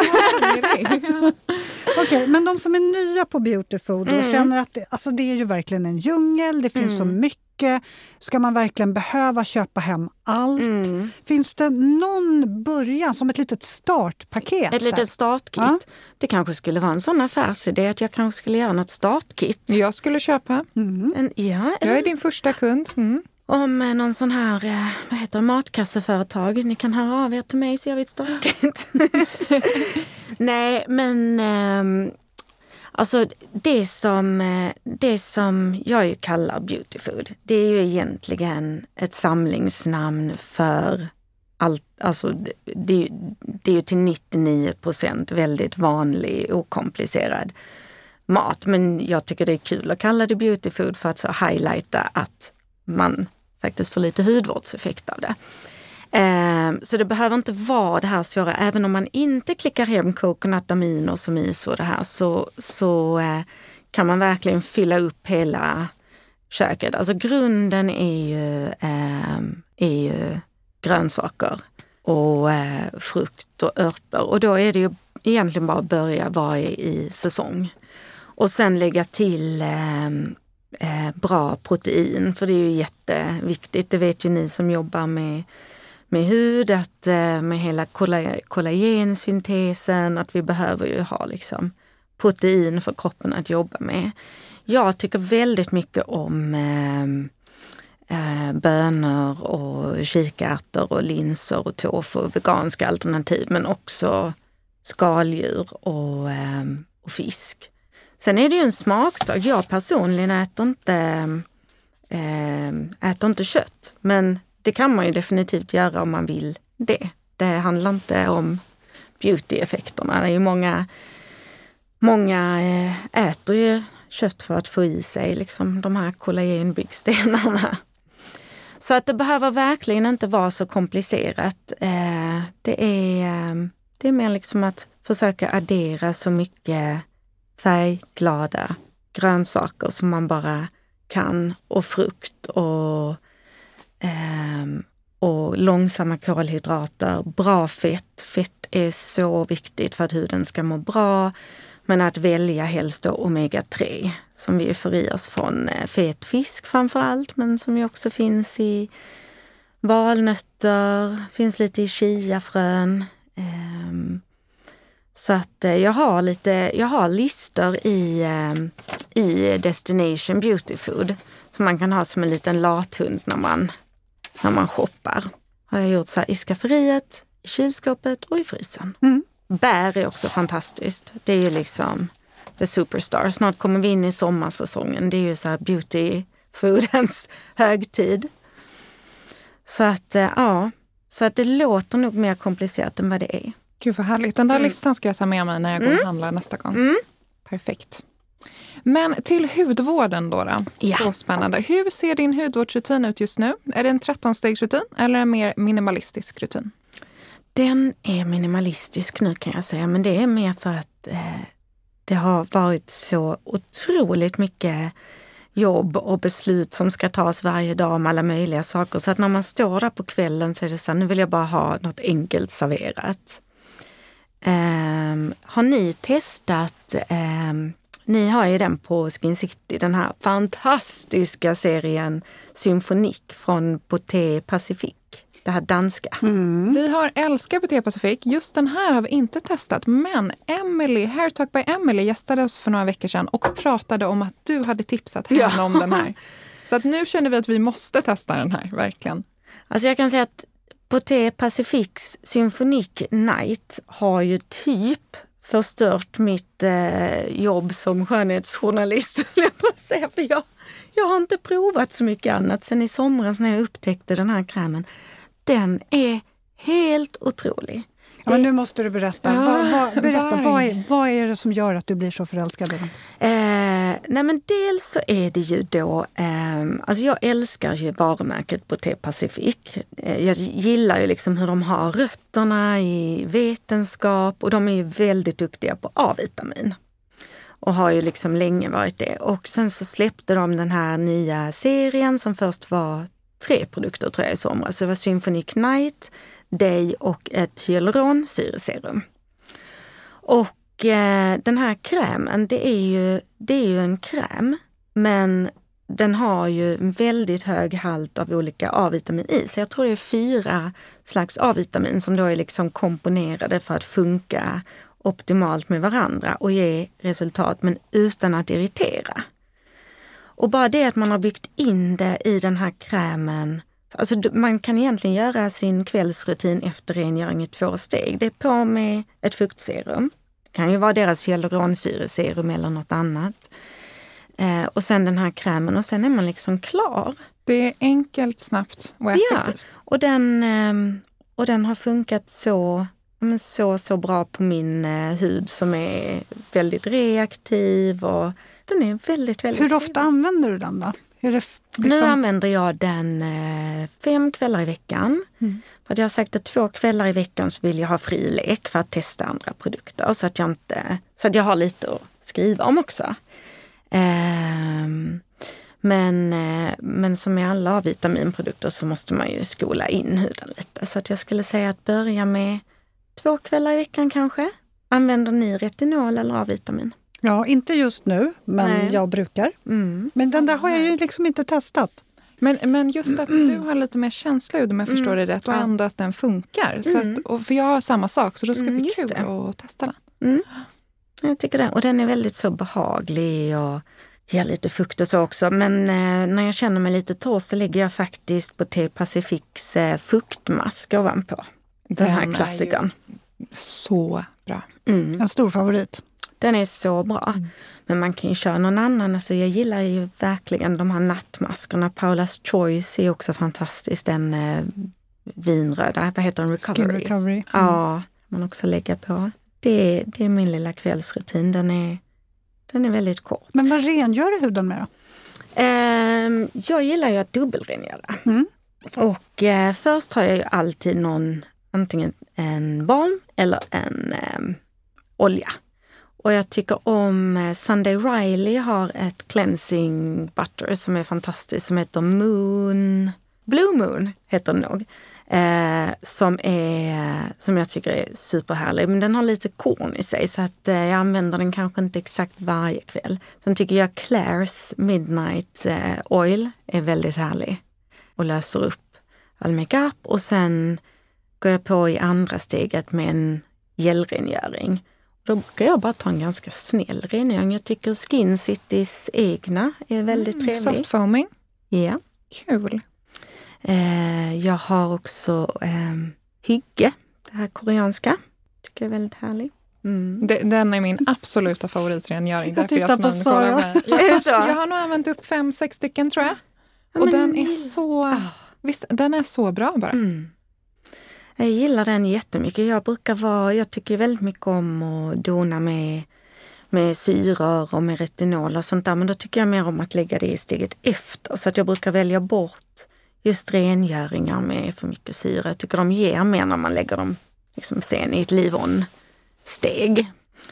[SPEAKER 2] Okej, okay, men de som är nya på beauty food och
[SPEAKER 3] Mm.
[SPEAKER 2] känner att det, alltså det är ju verkligen en djungel, det finns
[SPEAKER 3] Mm.
[SPEAKER 2] så mycket. Ska man verkligen behöva köpa hem allt?
[SPEAKER 3] Mm.
[SPEAKER 2] Finns det någon början som ett litet startpaket?
[SPEAKER 3] Ett litet startkit.
[SPEAKER 2] Ja.
[SPEAKER 3] Det kanske skulle vara en sån affärsidé att jag kanske skulle göra något startkit.
[SPEAKER 1] Jag skulle köpa.
[SPEAKER 2] Mm.
[SPEAKER 3] En, ja,
[SPEAKER 1] Jag är din första kund. Mm.
[SPEAKER 3] Om eh, någon sån här, eh, vad heter det, matkasseföretag, ni kan höra av er till mig så jag vet startkit. Nej, men eh, Alltså det som, det som jag ju kallar beauty food, det är ju egentligen ett samlingsnamn för allt. Alltså det, det är ju till nittionio procent väldigt vanlig, okomplicerad mat. Men jag tycker det är kul att kalla det beauty food för att så highlighta att man faktiskt får lite hudvårdseffekt av det. Eh, så det behöver inte vara det här svåra. Även om man inte klickar hem coconut aminos som is och det här så, så eh, kan man verkligen fylla upp hela köket. Alltså grunden är ju, eh, är ju grönsaker och eh, frukt och örter. Och då är det ju egentligen bara att börja vara i, i säsong. Och sen lägga till eh, eh, bra protein, för det är ju jätteviktigt. Det vet ju ni som jobbar med, med hud, att eh, med hela kollagensyntesen, att vi behöver ju ha liksom protein för kroppen att jobba med. Jag tycker väldigt mycket om eh, eh, bönor och kikärtor och linser och tofu och veganska alternativ, men också skaldjur och, eh, och fisk. Sen är det ju en smaksak. Jag personligen äter inte, äh, äter inte kött. Men det kan man ju definitivt göra om man vill det. Det handlar inte om beauty-effekterna. Det är ju många, många äh, äter ju kött för att få i sig liksom, de här kollagenbyggstenarna. Så att det behöver verkligen inte vara så komplicerat. Äh, det, är, äh, det är mer liksom att försöka addera så mycket färgglada grönsaker som man bara kan, och frukt och, eh, och långsamma kolhydrater, bra fett. Fett är så viktigt för att huden ska må bra, men att välja helst då omega tre som vi får i oss från fet fisk framför allt, men som ju också finns i valnötter, finns lite i chiafrön. Eh, Så att jag har lite, jag har listor i, i Destination Beauty Food som man kan ha som en liten lathund när man, när man shoppar. Har jag gjort så här i skafferiet, i kylskåpet och i frysen. Mm. Bär är också fantastiskt. Det är ju liksom the superstar. Snart kommer vi in i sommarsäsongen. Det är ju så här beauty foodens högtid. Så att ja, så att det låter nog mer komplicerat än vad det är.
[SPEAKER 1] Gud vad härligt. Den där
[SPEAKER 3] mm.
[SPEAKER 1] listan ska jag ta med mig när jag går
[SPEAKER 3] mm.
[SPEAKER 1] och handlar nästa gång.
[SPEAKER 3] Mm.
[SPEAKER 1] Perfekt. Men till hudvården då. då.
[SPEAKER 3] Ja.
[SPEAKER 1] Så spännande. Hur ser din hudvårdsrutin ut just nu? Är det en tretton-stegsrutin eller en mer minimalistisk rutin?
[SPEAKER 3] Den är minimalistisk nu kan jag säga. Men det är mer för att eh, det har varit så otroligt mycket jobb och beslut som ska tas varje dag om alla möjliga saker. Så att när man står där på kvällen så är det så här, nu vill jag bara ha något enkelt serverat. Um, har ni testat, um, ni har ju den på Skin City, den här fantastiska serien Symfonique från Beauté Pacifique. Det här danska.
[SPEAKER 1] Mm. Vi har älskat Beauté Pacifique. Just den här har vi inte testat. Men Emily, Hair Talk by Emily gästade oss för några veckor sedan och pratade om att du hade tipsat henne ja. om den här. Så att nu känner vi att vi måste testa den här, verkligen.
[SPEAKER 3] Alltså jag kan säga att Beauté Pacifiques Symfonique Night har ju typ förstört mitt eh, jobb som skönhetsjournalist. Jag, på säga, för jag, jag har inte provat så mycket annat sen i somras när jag upptäckte den här krämen. Den är helt otrolig.
[SPEAKER 2] Ja, men nu måste du berätta. Ja, vad, vad, berätta vad, är, vad är det som gör att du blir så förälskad i den?
[SPEAKER 3] Eh, nej men dels så är det ju då, eh, alltså jag älskar ju varumärket Beauté Pacifique. Eh, jag gillar ju liksom hur de har rötterna i vetenskap och de är ju väldigt duktiga på A-vitamin. Och har ju liksom länge varit det. Och sen så släppte de den här nya serien som först var tre produkter tror jag i somras. Det var Symfonique Night, Day och ett hyaluronsyreserum. Och eh, den här krämen, det är, ju, det är ju en kräm, men den har ju en väldigt hög halt av olika A-vitamin i. Så jag tror det är fyra slags A-vitamin som då är liksom komponerade för att funka optimalt med varandra och ge resultat, men utan att irritera. Och bara det att man har byggt in det i den här krämen. Alltså man kan egentligen göra sin kvällsrutin efter rengöring i två steg. Det är på med ett fuktserum. kan ju vara deras hyaluronsyreserum eller något annat. Eh, och sen den här krämen och sen är man liksom klar.
[SPEAKER 1] Det är enkelt, snabbt och effektivt.
[SPEAKER 3] Ja, och den, eh, och den har funkat så, men så, så bra på min eh, hud som är väldigt reaktiv och den är väldigt, väldigt
[SPEAKER 2] Hur ofta
[SPEAKER 3] trevlig.
[SPEAKER 2] använder du den då? Hur är det f- liksom...
[SPEAKER 3] Nu använder jag den eh, fem kvällar i veckan.
[SPEAKER 2] Mm.
[SPEAKER 3] För att jag har sagt att två kvällar i veckan så vill jag ha fri lek för att testa andra produkter. Så att jag, inte, så att jag har lite att skriva om också. Eh, men, eh, men som med alla vitaminprodukter så måste man ju skola in huden lite. Så att jag skulle säga att börja med två kvällar i veckan kanske. Använder ni retinol eller A-vitamin?
[SPEAKER 2] Ja, inte just nu, men
[SPEAKER 3] Nej.
[SPEAKER 2] jag brukar.
[SPEAKER 3] Mm.
[SPEAKER 2] Men den där har jag ju liksom inte testat.
[SPEAKER 1] Men, men just att du har lite mer känsla om jag förstår
[SPEAKER 3] Mm.
[SPEAKER 1] det rätt och
[SPEAKER 3] Ja.
[SPEAKER 1] ändå att den funkar. Så
[SPEAKER 3] Mm.
[SPEAKER 1] att, och för jag har samma sak så då ska det
[SPEAKER 3] Mm,
[SPEAKER 1] bli
[SPEAKER 3] just
[SPEAKER 1] kul
[SPEAKER 3] det.
[SPEAKER 1] att testa den.
[SPEAKER 3] Mm. Jag tycker det. Och den är väldigt så behaglig och ger lite fukt och så också. Men eh, när jag känner mig lite torr så lägger jag faktiskt på T Pacifics eh, fuktmask ovanpå. Den,
[SPEAKER 1] Den
[SPEAKER 3] här
[SPEAKER 1] är
[SPEAKER 3] klassikern.
[SPEAKER 1] Så bra.
[SPEAKER 3] Mm.
[SPEAKER 2] En stor favorit.
[SPEAKER 3] Den är så bra.
[SPEAKER 1] Mm.
[SPEAKER 3] Men man kan ju köra någon annan. Alltså jag gillar ju verkligen de här nattmaskerna. Paula's Choice är också fantastisk. Den eh, vinröda, vad heter den?
[SPEAKER 2] Skin
[SPEAKER 3] Recovery.
[SPEAKER 2] recovery.
[SPEAKER 3] Ja, man också lägga på. Det, det är min lilla kvällsrutin. Den är, den är väldigt kort.
[SPEAKER 2] Men vad rengör du huden med då?
[SPEAKER 3] Ehm, jag gillar ju att dubbelrengöra.
[SPEAKER 2] Mm.
[SPEAKER 3] Och eh, först har jag ju alltid någon, antingen en balm eller en eh, olja. Och jag tycker om eh, Sunday Riley har ett cleansing butter som är fantastiskt som heter Moon, Blue Moon heter den nog. Eh, som, är, som jag tycker är superhärlig. Men den har lite korn i sig så att eh, jag använder den kanske inte exakt varje kväll. Sen tycker jag Claire's Midnight eh, Oil är väldigt härlig och löser upp all makeup. Och sen går jag på i andra steget med en gelrengöring. Då brukar jag bara ta en ganska snäll rengöring. Jag tycker Skin Citys egna är väldigt
[SPEAKER 1] Mm,
[SPEAKER 3] trevlig.
[SPEAKER 1] soft foaming.
[SPEAKER 3] Ja.
[SPEAKER 1] Kul.
[SPEAKER 3] Eh, jag har också eh, Hygge, det här koreanska. Tycker jag är väldigt härlig. Mm.
[SPEAKER 1] Det, den är min absoluta favoritrengöring.
[SPEAKER 2] Jag
[SPEAKER 1] Därför jag
[SPEAKER 2] tittar på
[SPEAKER 1] snarare kollar
[SPEAKER 2] Sara.
[SPEAKER 1] med. Jag,
[SPEAKER 3] Är det så?
[SPEAKER 1] jag har nog använt upp fem, sex stycken tror jag.
[SPEAKER 3] Ja,
[SPEAKER 1] Och
[SPEAKER 3] men-
[SPEAKER 1] den är så... Visst, den är så bra bara.
[SPEAKER 3] Mm. Jag gillar den jättemycket. Jag brukar vara, jag tycker väldigt mycket om att dona med, med syror och med retinol och sånt där. Men då tycker jag mer om att lägga det i steget efter. Så att jag brukar välja bort just rengöringar med för mycket syra. Jag tycker de ger mer när man lägger dem liksom sen i ett leave-on-steg.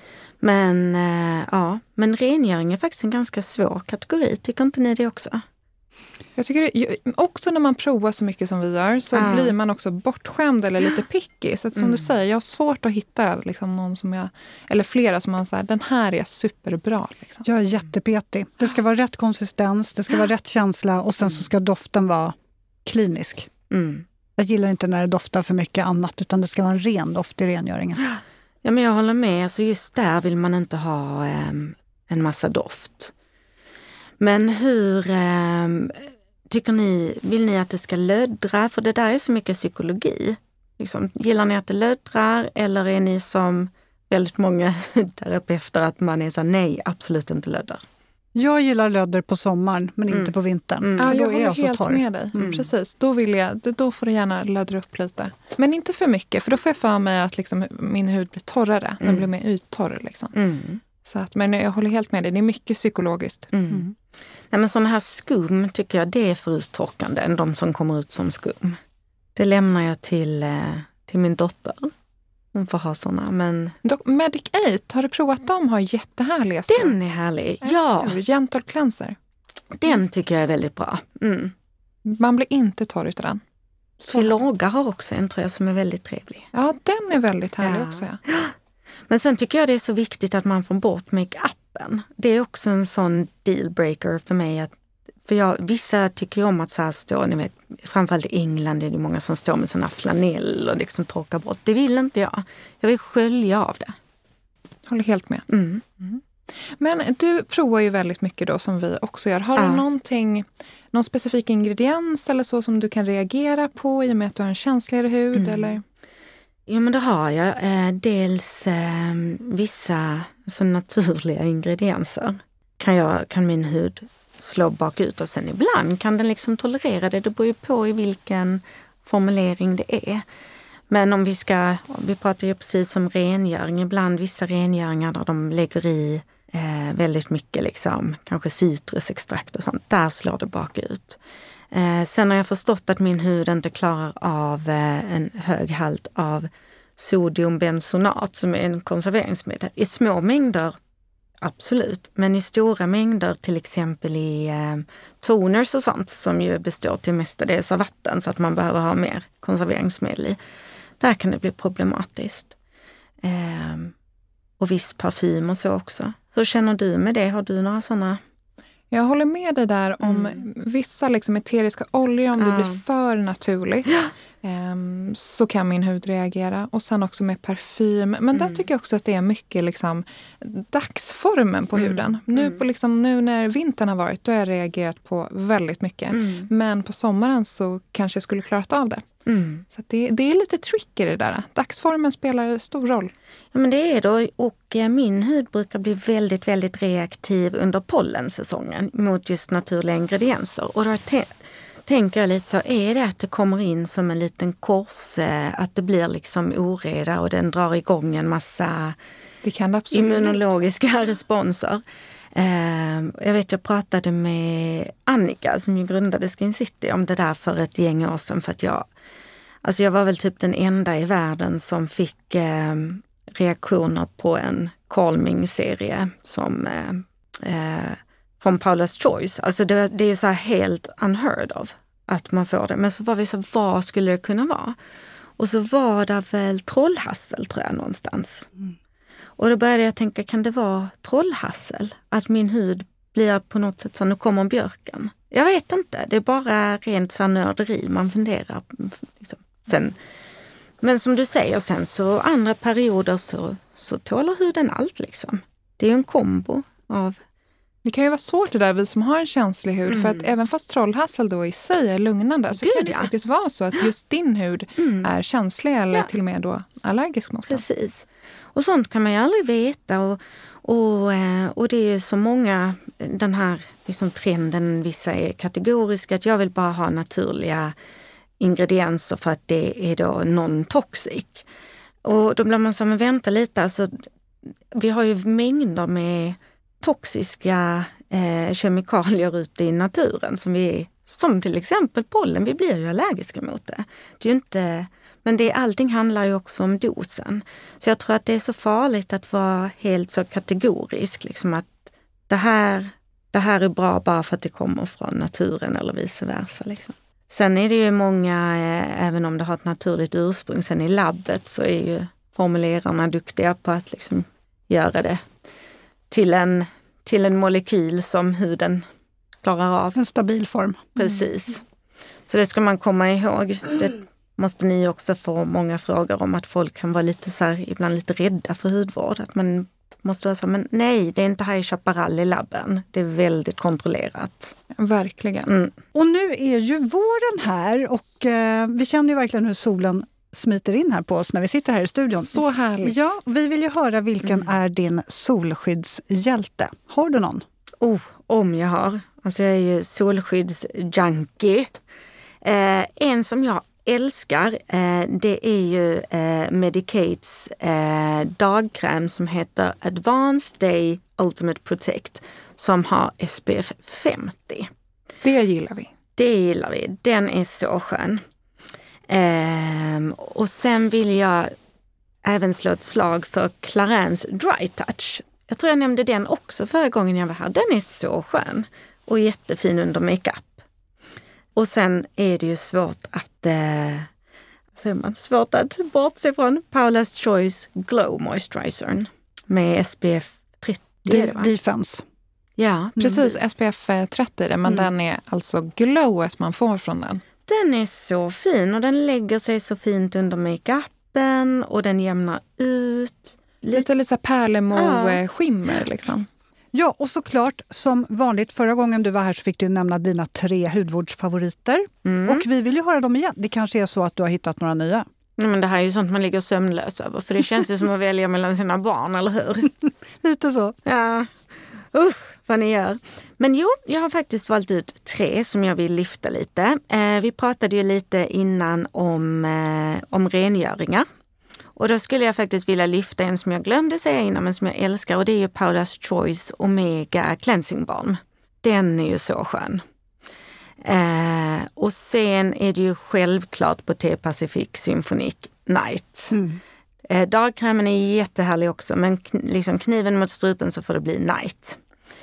[SPEAKER 3] Men eh, ja, men rengöring är faktiskt en ganska svår kategori. Tycker inte ni det också?
[SPEAKER 1] Jag tycker det, också när man provar så mycket som vi gör så
[SPEAKER 3] Ja.
[SPEAKER 1] blir man också bortskämd eller lite picky. Så att, som
[SPEAKER 3] Mm.
[SPEAKER 1] du säger, jag har svårt att hitta liksom, någon som jag, eller flera som man säger, den här är superbra. Liksom.
[SPEAKER 2] Jag är jättepetig. Det ska vara rätt konsistens, det ska vara rätt känsla och sen så ska doften vara klinisk.
[SPEAKER 3] Mm.
[SPEAKER 2] Jag gillar inte när det doftar för mycket annat utan det ska vara en ren doft i rengöringen.
[SPEAKER 3] Ja, men jag håller med. Alltså just där vill man inte ha eh, en massa doft. Men hur eh, tycker ni, vill ni att det ska löddra? För det där är så mycket psykologi. Liksom, gillar ni att det löddrar eller är ni som väldigt många där uppe efter att man är så här, nej, absolut inte löddar?
[SPEAKER 2] Jag gillar lödder på sommaren men
[SPEAKER 3] Mm.
[SPEAKER 2] inte på vintern.
[SPEAKER 3] Mm.
[SPEAKER 1] Ja,
[SPEAKER 2] För då
[SPEAKER 1] jag
[SPEAKER 2] är
[SPEAKER 1] håller
[SPEAKER 2] jag så
[SPEAKER 1] helt
[SPEAKER 2] torr.
[SPEAKER 1] med dig.
[SPEAKER 3] Mm.
[SPEAKER 1] Precis, då, vill jag, då får det gärna löddra upp lite. Men inte för mycket, för då får jag för mig att liksom, min hud blir torrare. Den
[SPEAKER 3] Mm.
[SPEAKER 1] blir mer yttorr. Liksom.
[SPEAKER 3] Mm.
[SPEAKER 1] Så att, men jag håller helt med dig, det är mycket psykologiskt.
[SPEAKER 3] Mm.
[SPEAKER 2] Mm.
[SPEAKER 3] Nej, men sådana här skum tycker jag det är för uttorkande än de som kommer ut som skum. Det lämnar jag till, eh, till min dotter. Hon får ha sådana, men
[SPEAKER 1] Dock, Medic åtta, har du provat dem? Har jättehärliga skum.
[SPEAKER 3] den är härlig. Ja,
[SPEAKER 1] Gentle cleanser.
[SPEAKER 3] den tycker jag är väldigt bra. Mm.
[SPEAKER 1] Man blir inte torr utav den.
[SPEAKER 3] Filoga har också en tror jag som är väldigt trevlig.
[SPEAKER 1] Ja, den är väldigt härlig
[SPEAKER 3] Ja.
[SPEAKER 1] också. Ja.
[SPEAKER 3] Men sen tycker jag det är så viktigt att man får bort make-upen. Det är också en sån dealbreaker för mig. Att, för jag, vissa tycker ju om att så här stå, ni vet, framförallt i England är det många som står med såna flanell och liksom torkar bort. Det vill inte jag. Jag vill skölja av det.
[SPEAKER 1] Håller helt med.
[SPEAKER 3] Mm.
[SPEAKER 1] Men du provar ju väldigt mycket då som vi också gör. Har
[SPEAKER 3] Ja.
[SPEAKER 1] du någonting, någon specifik ingrediens eller så som du kan reagera på i och med att du har en känsligare hud?
[SPEAKER 3] Mm.
[SPEAKER 1] Eller?
[SPEAKER 3] Jo, men det har jag. Eh, dels eh, vissa alltså, naturliga ingredienser kan, jag, kan min hud slå bakut och sen ibland kan den liksom tolerera det. Det beror ju på i vilken formulering det är. Men om vi ska, vi pratar ju precis om rengöring, ibland vissa rengöringar där de lägger i eh, väldigt mycket liksom, kanske citrusextrakt och sånt, där slår det bakut. Eh, sen har jag förstått att min hud inte klarar av eh, en hög halt av sodiumbensonat som är en konserveringsmedel. I små mängder, absolut, men i stora mängder, till exempel i eh, toners och sånt som ju består till mestadels av vatten så att man behöver ha mer konserveringsmedel i. Där kan det bli problematiskt. Eh, och viss parfym och så också. Hur känner du med det? Har du några sådana?
[SPEAKER 1] Jag håller med dig där om mm. vissa liksom eteriska oljor, om ja. det blir för naturligt. Ja. Um, så kan min hud reagera. Och sen också med parfym. Men mm. där tycker jag också att det är mycket liksom, dagsformen på mm. huden. Nu, på liksom, nu när vintern har varit, då har jag reagerat på väldigt mycket. Mm. Men på sommaren så kanske jag skulle klarat av det. Mm. Så det, det är lite tricky det där. Dagsformen spelar stor roll.
[SPEAKER 3] Ja, men det är då, och min hud brukar bli väldigt, väldigt reaktiv under pollensäsongen mot just naturliga ingredienser. Och då te- tänker jag lite så, är det att det kommer in som en liten kors, att det blir liksom oreda och den drar igång en massa
[SPEAKER 1] det kan det absolut.
[SPEAKER 3] immunologiska responser. Jag vet, jag pratade med Annika som ju grundade Skin City om det där för ett gäng år sedan, för att jag, alltså jag var väl typ den enda i världen som fick eh, reaktioner på en calming-serie som eh, från Paula's Choice. Alltså det, det är ju så här helt unheard of att man får det. Men så var vi så, vad skulle det kunna vara? Och så var det väl trollhassel, tror jag, någonstans. Mm. Och då började jag tänka, kan det vara trollhassel? Att min hud blir på något sätt så, nu kommer björken. Jag vet inte, det är bara rent så nörderi man funderar. Liksom. Sen, men som du säger, sen så andra perioder så, så tåler huden allt liksom. Det är ju en kombo av...
[SPEAKER 1] Det kan ju vara svårt det där, vi som har en känslig hud. Mm. För att även fast trollhassel då i sig är lugnande så Gud, kan det ja. faktiskt vara så att just din hud mm. är känslig eller ja. till och med då allergisk mot den.
[SPEAKER 3] Precis. Och sånt kan man ju aldrig veta. Och, och, och det är ju så många, den här liksom trenden, vissa är kategoriska, att jag vill bara ha naturliga ingredienser för att det är då non-toxic. Och då blir man så, men vänta lite, alltså, vi har ju mängder med toxiska eh, kemikalier ute i naturen som vi, som till exempel pollen, vi blir ju allergiska mot det. Det är ju inte, men det, allting handlar ju också om dosen. Så jag tror att det är så farligt att vara helt så kategorisk, liksom att det här, det här är bra bara för att det kommer från naturen eller vice versa. Liksom. Sen är det ju många, eh, även om det har ett naturligt ursprung, sen i labbet så är ju formulerarna duktiga på att liksom göra det till en, till en molekyl som huden klarar av.
[SPEAKER 2] En stabil form.
[SPEAKER 3] Precis. Mm. Så det ska man komma ihåg. Det måste ni också få många frågor om, att folk kan vara lite så här, ibland lite rädda för hudvård. Att man måste vara så, men nej, det är inte High Chaparral i labben. Det är väldigt kontrollerat.
[SPEAKER 1] Verkligen.
[SPEAKER 3] Mm.
[SPEAKER 2] Och nu är ju våren här och eh, vi känner ju verkligen hur solen smiter in här på oss när vi sitter här i studion.
[SPEAKER 1] Så härligt.
[SPEAKER 2] Ja, vi vill ju höra vilken mm. är din solskyddshjälte. Har du någon?
[SPEAKER 3] Oh, om jag har. Alltså jag är ju solskyddsjunkie. Eh, en som jag älskar, eh, det är ju eh, Medicates eh, dagkräm som heter Advanced Day Ultimate Protect som har S P F femtio.
[SPEAKER 1] Det gillar vi.
[SPEAKER 3] Det gillar vi. Den är så skön. Eh, och sen vill jag även slå ett slag för Clarins Dry Touch. Jag tror jag nämnde den också förra gången jag var här. Den är så skön och jättefin under makeup. Och sen är det ju svårt att eh, säger man, svårt att bortse från Paula's Choice Glow Moisturizer med S P F trettio.
[SPEAKER 2] Det
[SPEAKER 3] är det, va?
[SPEAKER 2] Defense.
[SPEAKER 3] Ja,
[SPEAKER 1] precis. Mm. S P F trettio är det, men mm. den är alltså glowet man får från den.
[SPEAKER 3] Den är så fin och den lägger sig så fint under makeupen och den jämnar ut.
[SPEAKER 1] Lite lite pärlemo-skimmer ja. liksom.
[SPEAKER 2] Ja, och såklart som vanligt, förra gången du var här så fick du nämna dina tre hudvårdsfavoriter. Mm. Och vi vill ju höra dem igen. Det kanske är så att du har hittat några nya.
[SPEAKER 3] Nej, men det här är ju sånt man ligger sömnlös över. För det känns ju som att välja mellan sina barn, eller hur?
[SPEAKER 2] Lite så.
[SPEAKER 3] Ja, usch vad ni gör. Men jo, jag har faktiskt valt ut tre som jag vill lyfta lite. Eh, vi pratade ju lite innan om, eh, om rengöringar. Och då skulle jag faktiskt vilja lyfta en som jag glömde säga innan men som jag älskar. Och det är ju Paula's Choice Omega Cleansing Balm. Den är ju så skön. Eh, och sen är det ju självklart på T Pacific Symphonic Night. Mm. Eh, dagkrämen är jättehärlig också, men kn- liksom kniven mot strupen så får det bli Night.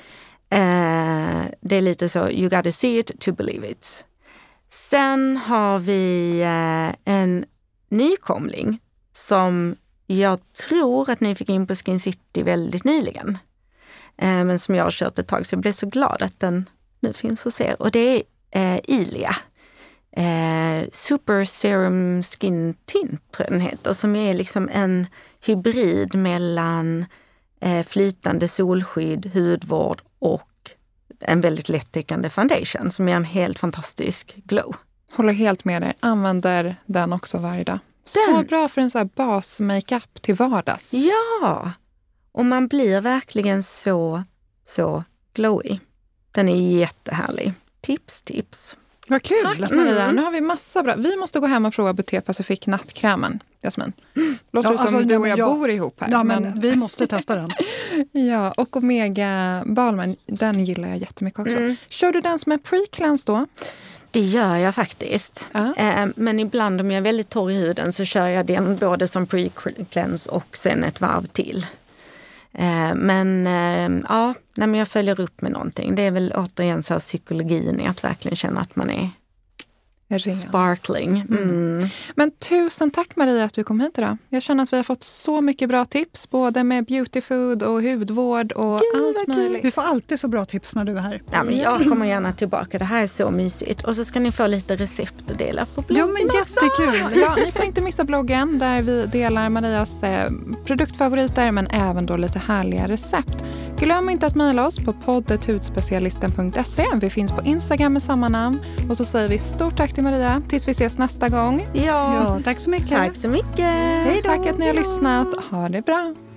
[SPEAKER 3] Eh, det är lite så, you gotta see it to believe it. Sen har vi eh, en nykomling som jag tror att ni fick in på Skin City väldigt nyligen. Eh, men som jag har kört ett tag, så jag blev så glad att den nu finns hos er. Och det är eh, Ilia. Eh, Super Serum Skin Tint tror jag den heter. Som är liksom en hybrid mellan eh, flytande solskydd, hudvård och en väldigt lättäckande foundation som är en helt fantastisk glow.
[SPEAKER 1] Håller helt med dig. Använder den också varje dag. Den. Så bra för en sån här bas-makeup till vardags.
[SPEAKER 3] Ja! Och man blir verkligen så, så glowy. Den är jättehärlig. Tips, tips.
[SPEAKER 1] Vad kul! Tack, Maria. Mm. Nu har vi massa bra. Vi måste gå hem och prova T Pacific nattkrämen. Jasmin. Låter ja, som alltså, du och jag, jag bor ihop här.
[SPEAKER 2] Ja, men, men vi måste testa den.
[SPEAKER 1] Ja, och Omega Balmen, den gillar jag jättemycket också. Mm. Kör du den som är pre-cleanse då?
[SPEAKER 3] Det gör jag faktiskt. Uh-huh. Eh, men ibland om jag är väldigt torr i huden så kör jag den både som pre-cleanse och sen ett varv till. Eh, men eh, ja, när jag följer upp med någonting. Det är väl återigen så här psykologin i att verkligen känna att man är ren. Sparkling. Mm. Mm.
[SPEAKER 1] Men tusen tack Maria att du kom hit idag. Jag känner att vi har fått så mycket bra tips. Både med beauty food och hudvård och Gud, allt möjligt.
[SPEAKER 2] Vi får alltid så bra tips när du är här.
[SPEAKER 3] Ja, men jag kommer gärna tillbaka. Det här är så mysigt. Och så ska ni få lite recept att dela på bloggen.
[SPEAKER 2] Ja, men jättekul.
[SPEAKER 1] Ja, ni får inte missa bloggen där vi delar Marias eh, produktfavoriter men även då lite härliga recept. Glöm inte att mejla oss på poddet hudspecialisten punkt se. Vi finns på Instagram med samma namn. Och så säger vi stort tack till Maria. Tills vi ses nästa gång.
[SPEAKER 3] Ja,
[SPEAKER 2] ja tack så mycket.
[SPEAKER 3] Tack så mycket.
[SPEAKER 2] Hej då.
[SPEAKER 1] Tack att ni har lyssnat. Ha det bra.